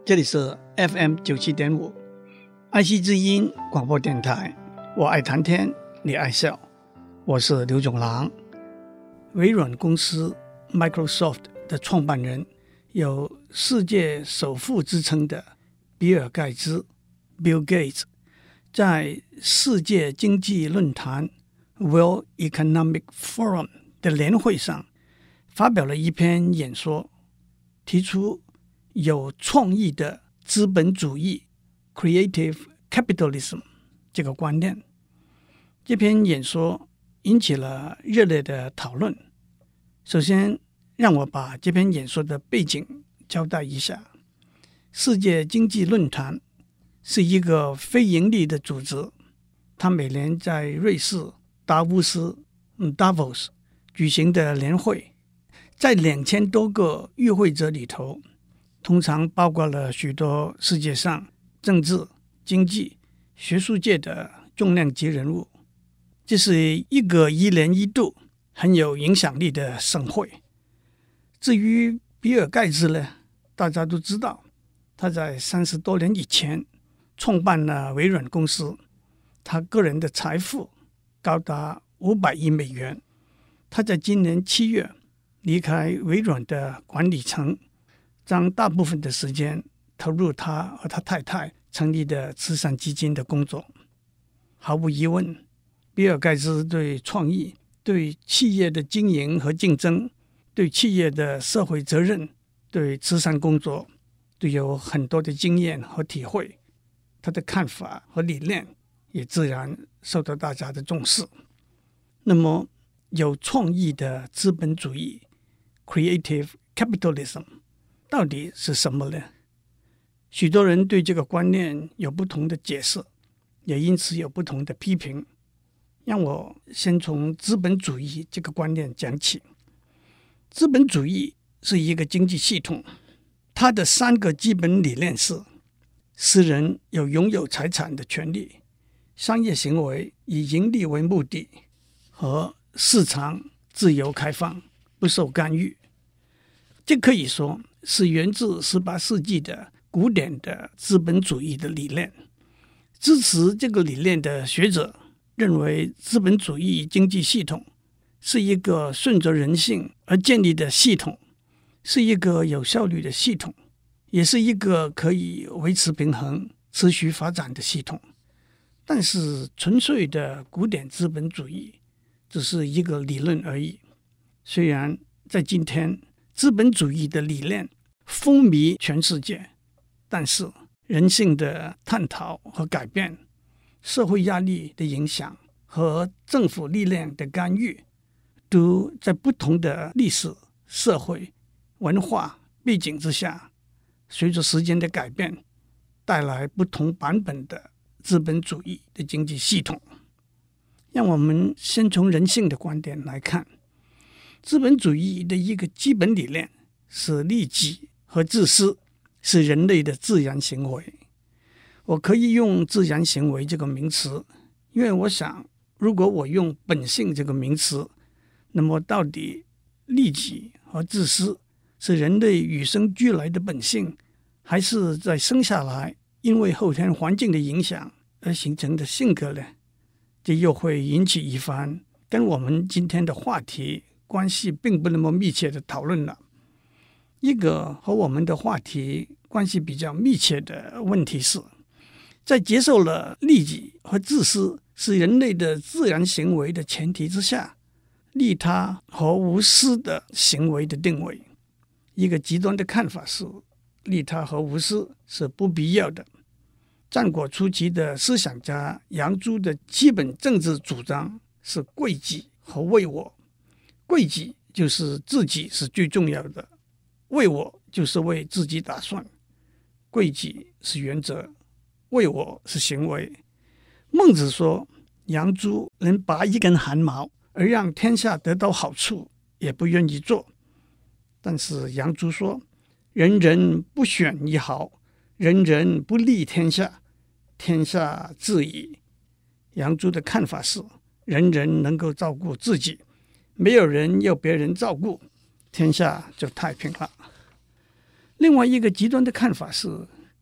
这里是 FM97.5 爱惜之音广播电台，我爱谈天，你爱笑，我是刘总郎。微软公司 Microsoft 的创办人，有世界首富之称的比尔盖茨 Bill Gates， 在世界经济论坛 World Economic Forum 的年会上发表了一篇演说，提出有创意的资本主义 Creative Capitalism 这个观念。这篇演说引起了热烈的讨论。首先，让我把这篇演说的背景交代一下。世界经济论坛是一个非盈利的组织，它每年在瑞士达沃斯 Davos 举行的年会，在2000多个与会者里头，通常包括了许多世界上政治、经济、学术界的重量级人物。这是一个一年一度很有影响力的盛会。至于比尔盖茨呢，大家都知道，他在30多年以前创办了微软公司，他个人的财富高达500亿美元。他在今年7月离开微软的管理层，将大部分的时间投入他和他太太成立的慈善基金的工作。毫无疑问，比尔盖茨对创意、对企业的经营和竞争、对企业的社会责任、对慈善工作都有很多的经验和体会，他的看法和理念也自然受到大家的重视。那么，有创意的资本主义 Creative Capitalism 到底是什么呢？许多人对这个观念有不同的解释，也因此有不同的批评。让我先从资本主义这个观念讲起。资本主义是一个经济系统，它的3个基本理念是：私人有拥有财产的权利，商业行为以盈利为目的，和市场自由开放，不受干预。这可以说是源自18世纪的古典的资本主义的理念。支持这个理念的学者认为，资本主义经济系统是一个顺着人性而建立的系统，是一个有效率的系统，也是一个可以维持平衡、持续发展的系统。但是，纯粹的古典资本主义只是一个理论而已。虽然在今天，资本主义的理念风靡全世界，但是人性的探讨和改变、社会压力的影响和政府力量的干预，都在不同的历史、社会、文化背景之下，随着时间的改变，带来不同版本的资本主义的经济系统。让我们先从人性的观点来看，资本主义的一个基本理念是利己和自私是人类的自然行为。我可以用自然行为这个名词，因为我想，如果我用本性这个名词，那么到底利己和自私是人类与生俱来的本性，还是在生下来因为后天环境的影响而形成的性格呢？这又会引起一番跟我们今天的话题关系并不那么密切的讨论了。一个和我们的话题关系比较密切的问题是，在接受了利己和自私是人类的自然行为的前提之下，利他和无私的行为的定位。一个极端的看法是，利他和无私是不必要的。战国初期的思想家杨朱的基本政治主张是贵己和为我。贵己就是自己是最重要的，为我就是为自己打算。贵己是原则，为我是行为。孟子说，杨朱能拔一根汗毛而让天下得到好处，也不愿意做。但是杨朱说，人人不选一毫，人人不利天下，天下治矣。杨朱的看法是，人人能够照顾自己，没有人要别人照顾，天下就太平了。另外一个极端的看法是，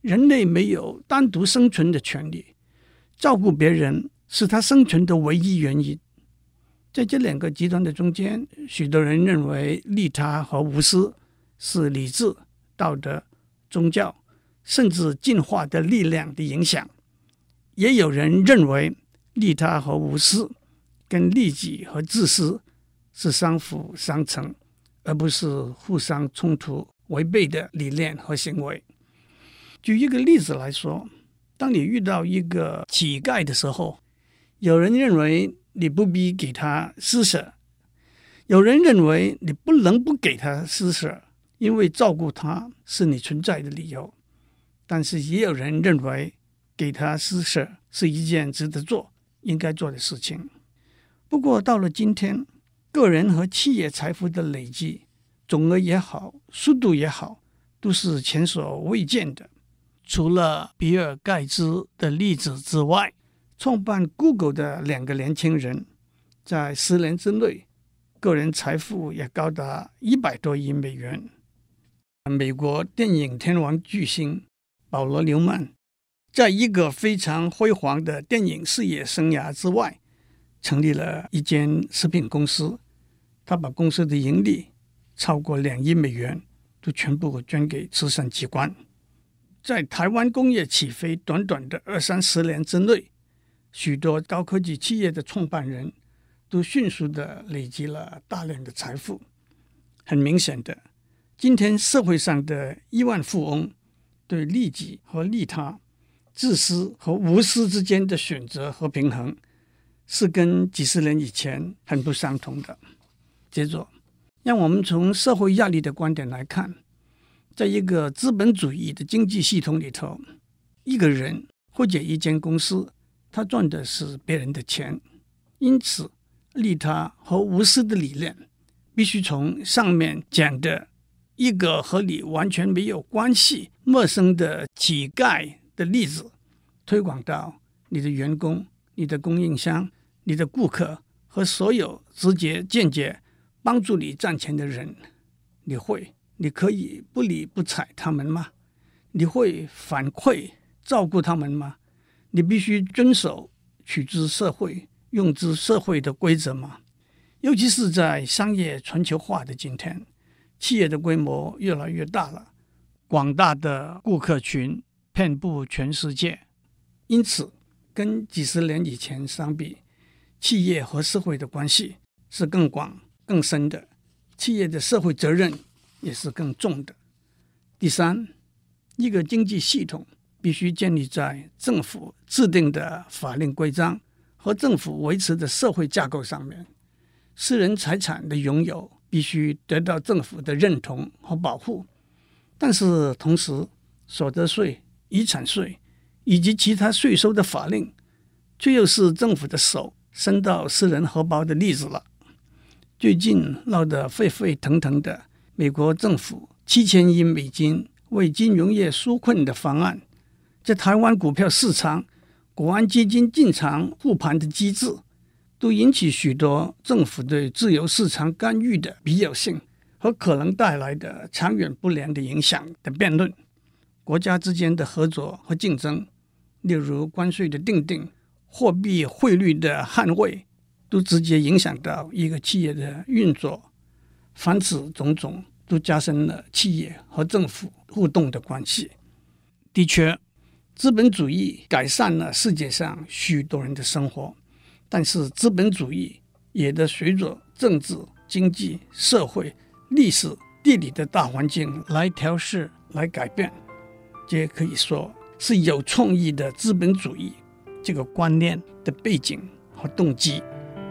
人类没有单独生存的权利，照顾别人是他生存的唯一原因。在这两个极端的中间，许多人认为利他和无私是理智、道德、宗教甚至进化的力量的影响，也有人认为利他和无私跟利己和自私是相辅相成，而不是互相冲突违背的理念和行为。举一个例子来说，当你遇到一个乞丐的时候，有人认为你不必给他施舍，有人认为你不能不给他施舍，因为照顾他是你存在的理由。但是也有人认为给他施舍是一件值得做、应该做的事情。不过到了今天，个人和企业财富的累积，总额也好，速度也好，都是前所未见的。除了比尔·盖茨的例子之外，创办 Google 的两个年轻人在10年之内，个人财富也高达100多亿美元。美国电影天王巨星保罗·纽曼在一个非常辉煌的电影事业生涯之外，成立了一间食品公司。他把公司的盈利超过2亿美元都全部捐给慈善机关。在台湾工业起飞短短的20-30年之内，许多高科技企业的创办人都迅速地累积了大量的财富。很明显的，今天社会上的亿万富翁对利己和利他、自私和无私之间的选择和平衡，是跟几十年以前很不相同的。接着，让我们从社会压力的观点来看，在一个资本主义的经济系统里头，一个人或者一间公司，他赚的是别人的钱，因此利他和无私的理念必须从上面讲的一个和你完全没有关系、陌生的乞丐的例子，推广到你的员工、你的供应商、你的顾客和所有直接间接帮助你赚钱的人。你可以不理不睬他们吗？你会反馈照顾他们吗？你必须遵守取之社会、用之社会的规则吗？尤其是在商业全球化的今天，企业的规模越来越大了，广大的顾客群遍布全世界，因此跟几十年以前相比，企业和社会的关系是更广更深的，企业的社会责任也是更重的。第三，一个经济系统必须建立在政府制定的法令规章和政府维持的社会架构上面。私人财产的拥有必须得到政府的认同和保护，但是同时，所得税、遗产税以及其他税收的法令，却又是政府的手伸到私人荷包的例子了。最近闹得沸沸腾腾的美国政府7000亿美金为金融业纾困的方案，在台湾股票市场、国安基金进场护盘的机制，都引起许多政府对自由市场干预的必要性和可能带来的长远不良的影响的辩论。国家之间的合作和竞争，例如关税的订定、货币汇率的捍卫，都直接影响到一个企业的运作。凡此种种都加深了企业和政府互动的关系。的确，资本主义改善了世界上许多人的生活，但是资本主义也得随着政治、经济、社会、历史、地理的大环境来调试、来改变。这可以说是有创意的资本主义这个观念的背景和动机。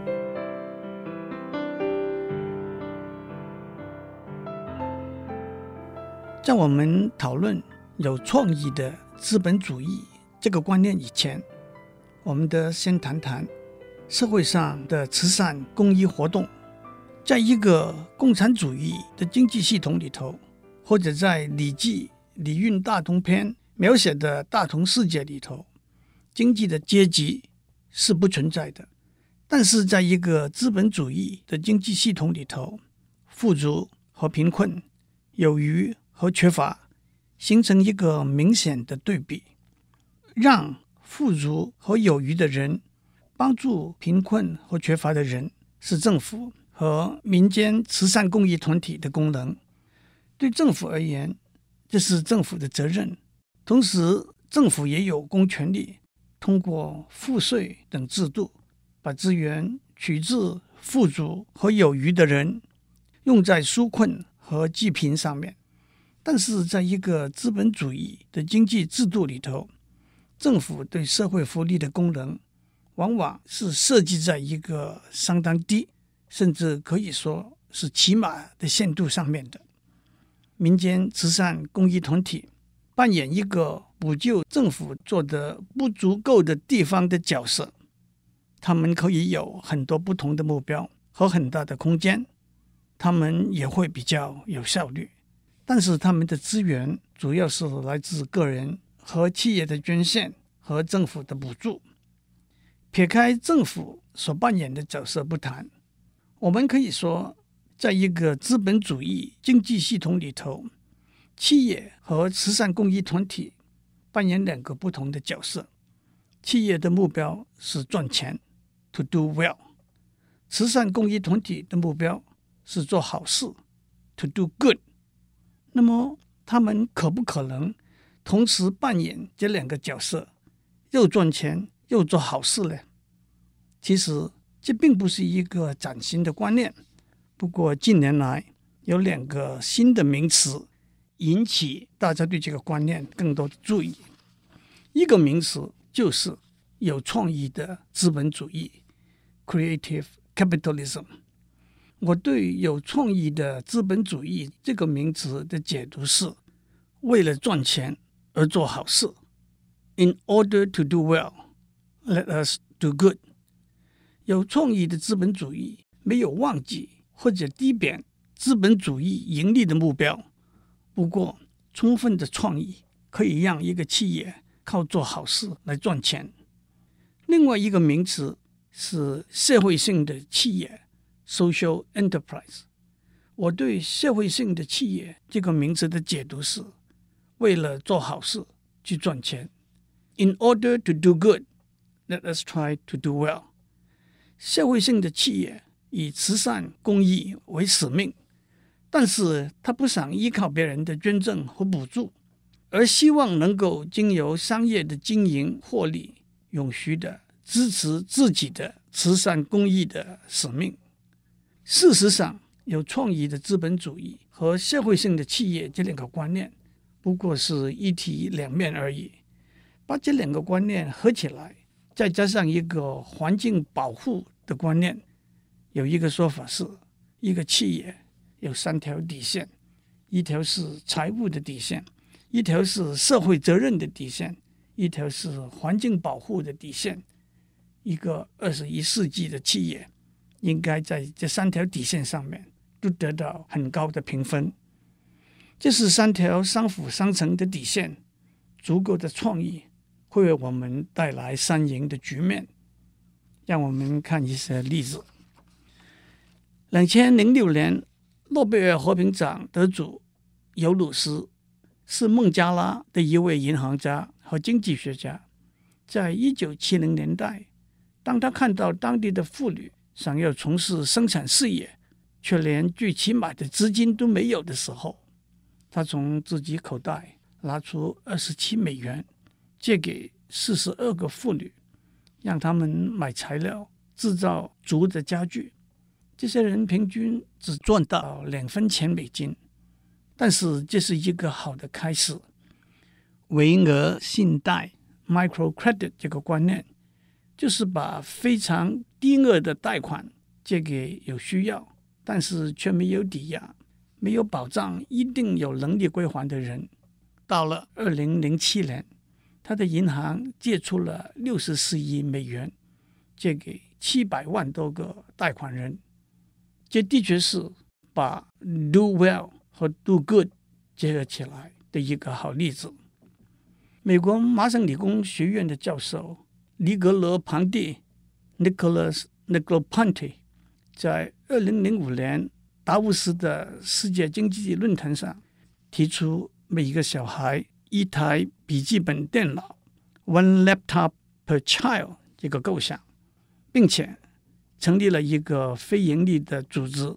在我们讨论有创意的资本主义这个观念以前，我们得先谈谈社会上的慈善公益活动。在一个共产主义的经济系统里头，或者在《礼记·礼运大同篇》描写的大同世界里头，经济的阶级是不存在的。但是在一个资本主义的经济系统里头，富足和贫困、有余和缺乏、 形成一个明显的对比，让富足和有余的人帮助贫困和缺乏的人，是政府和民间慈善公益团体的功能。对政府而言，这是政府的责任，同时政府也有公权力通过赋税等制度，把资源取自富足和有余的人，用在纾困和济贫上面。但是在一个资本主义的经济制度里头，政府对社会福利的功能往往是设计在一个相当低，甚至可以说是起码的限度上面的。民间慈善公益团体扮演一个补救政府做得不足够的地方的角色，他们可以有很多不同的目标和很大的空间，他们也会比较有效率，但是他们的资源主要是来自个人和企业的捐献和政府的补助。撇开政府所扮演的角色不谈，我们可以说，在一个资本主义经济系统里头，企业和慈善公益团体扮演两个不同的角色。企业的目标是赚钱 to do well， 慈善公益团体的目标是做好事 to do good。 那么他们可不可能同时扮演这两个角色，又赚钱又做好事呢？其实这并不是一个崭新的观念，不过近年来有两个新的名词引起大家对这个观念更多的注意。一个名词就是有创意的资本主义 （Creative Capitalism）。我对有创意的资本主义这个名词的解读是：为了赚钱而做好事。In order to do well, let us do good。有创意的资本主义没有忘记或者低贬资本主义盈利的目标，不过充分的创意可以让一个企业靠做好事来赚钱。另外一个名词是社会性的企业 social enterprise。 我对社会性的企业这个名词的解读是：为了做好事去赚钱。 In order to do good, let us try to do well。社会性的企业以慈善公益为使命，但是他不想依靠别人的捐赠和补助，而希望能够经由商业的经营获利，永续的支持自己的慈善公益的使命。事实上，有创意的资本主义和社会性的企业这两个观念不过是一体两面而已。把这两个观念合起来，再加上一个环境保护的观念，有一个说法是，一个企业有3条底线，一条是财务的底线，一条是社会责任的底线，一条是环境保护的底线。一个21世纪的企业应该在这3条底线上面都得到很高的评分。这是3条相辅相成的底线，足够的创意会为我们带来三赢的局面。让我们看一些例子。2006年诺贝尔和平奖得主尤鲁斯是孟加拉的一位银行家和经济学家。在1970年代，当他看到当地的妇女想要从事生产事业，却连最起码的资金都没有的时候，他从自己口袋拿出$27借给42个妇女，让他们买材料制造竹的家具。这些人平均只赚到2分钱美金，但是这是一个好的开始。微额信贷 microcredit 这个观念，就是把非常低额的贷款借给有需要但是却没有抵押、没有保障一定有能力归还的人。到了2007年，他的银行借出了64亿美元，借给700万多个贷款人。这的确是把 do well 和 do good 结合起来的一个好例子。美国麻省理工学院的教授尼格罗庞蒂 Nicholas Negroponte 在2005年达沃斯的世界经济论坛上提出每一个小孩一台笔记本电脑 One laptop per child 这个构想，并且成立了一个非营利的组织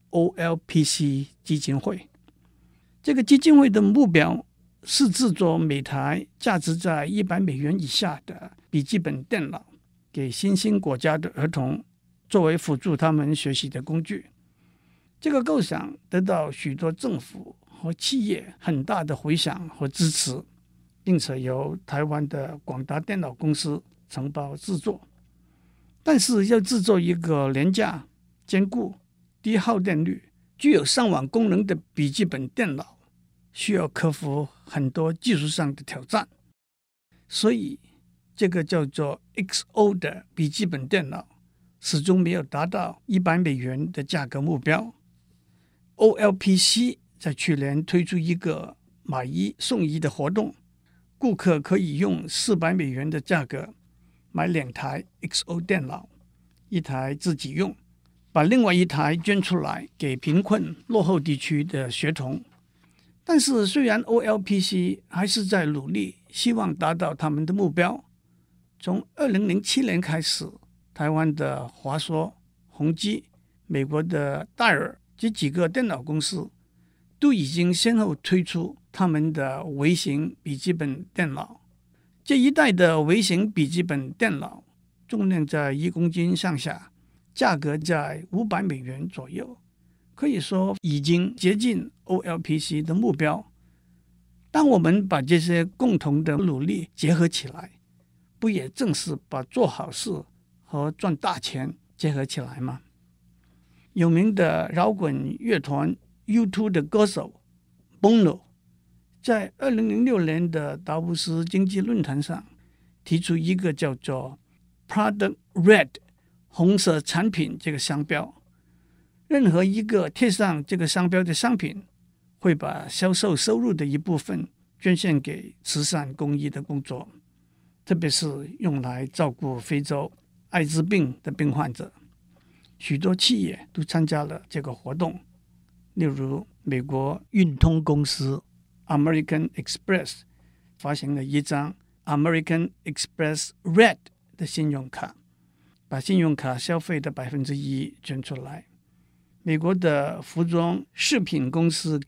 OLPC 基金会。这个基金会的目标是制作每台价值在$100以下的笔记本电脑，给新兴国家的儿童作为辅助他们学习的工具。这个构想得到许多政府和企业很大的回响和支持，并且由台湾的广达电脑公司承包制作。但是要制作一个廉价、坚固、低耗电率、具有上网功能的笔记本电脑，需要克服很多技术上的挑战。所以这个叫做 XO 的笔记本电脑始终没有达到$100的价格目标。OLPC 在去年推出一个买一送一的活动，顾客可以用$400的价格买2台 XO 电脑，一台自己用，把另外一台捐出来给贫困落后地区的学童。但是虽然 OLPC 还是在努力，希望达到他们的目标。从2007年开始，台湾的华硕、宏基、美国的戴尔这几个电脑公司都已经先后推出他们的微型笔记本电脑。这一代的微型笔记本电脑重量在1公斤上下，价格在$500左右，可以说已经接近 OLPC 的目标。当我们把这些共同的努力结合起来，不也正是把做好事和赚大钱结合起来吗？有名的摇滚乐团 U2 的歌手 Bono 在2006年的达沃斯经济论坛上提出一个叫做 Product Red 红色产品这个商标。任何一个贴上这个商标的商品会把销售收入的一部分捐献给慈善公益的工作，特别是用来照顾非洲艾滋病的病患者。许多企业都参加了这个活动，例如美国运通公司 American Express 发行了一张 American Express Red 的信用卡，把信用卡消费的1%捐出来。美国的服装饰品公司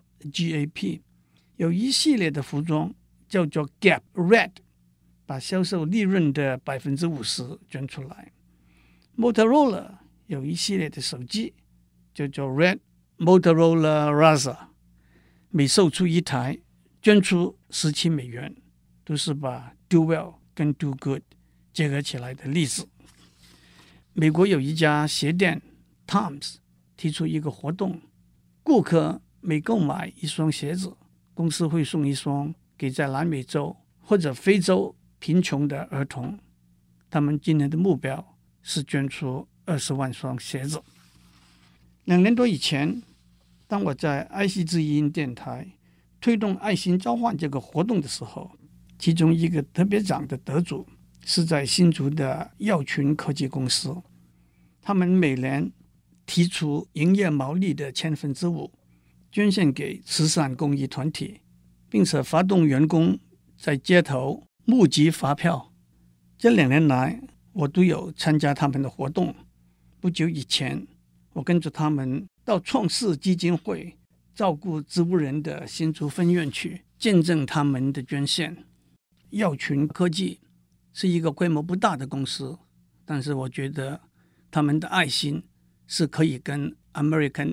GAP 有一系列的服装叫做 Gap Red， 把销售利润的50%捐出来。Motorola 有一系列的手机叫做 Red Motorola Razr， 每售出一台捐出$17，都是把 Do Well 跟 Do Good 结合起来的例子。美国有一家鞋店 Toms 提出一个活动，顾客每购买一双鞋子，公司会送一双给在南美洲或者非洲贫穷的儿童。他们今年的目标是捐出20万双鞋子。2年多以前，当我在爱惜之音电台推动爱心召唤这个活动的时候，其中一个特别奖的得主是在新竹的耀群科技公司。他们每年提出营业毛利的5%捐献给慈善公益团体，并且发动员工在街头募集发票。这2年来，我都有参加他们的活动。不久以前，我跟着他们到创世基金会照顾植物人的新竹分院去见证他们的捐献。耀群科技是一个规模不大的公司，但是我觉得他们的爱心是可以跟 American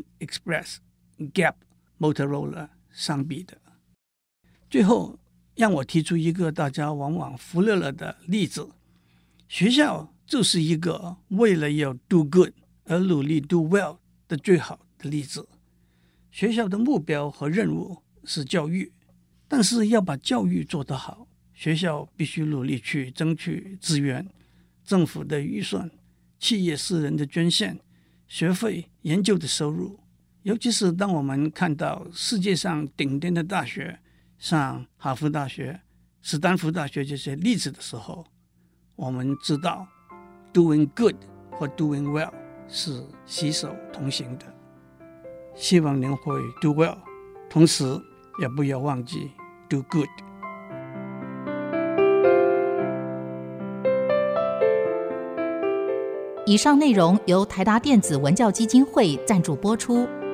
Express、Gap、Motorola 相比的。最后，让我提出一个大家往往忽略了的例子：学校就是一个为了要 do good 而努力 do well 的最好的例子。学校的目标和任务是教育，但是要把教育做得好，学校必须努力去争取资源，政府的预算、企业私人的捐献、学费、研究的收入。尤其是当我们看到世界上顶尖的大学，像哈佛大学、斯坦福大学这些例子的时候，我们知道 doing good 和 doing well 是携手同行的。希望您会 do well， 同时也不要忘记 do good。 以上内容由台达电子文教基金会赞助播出。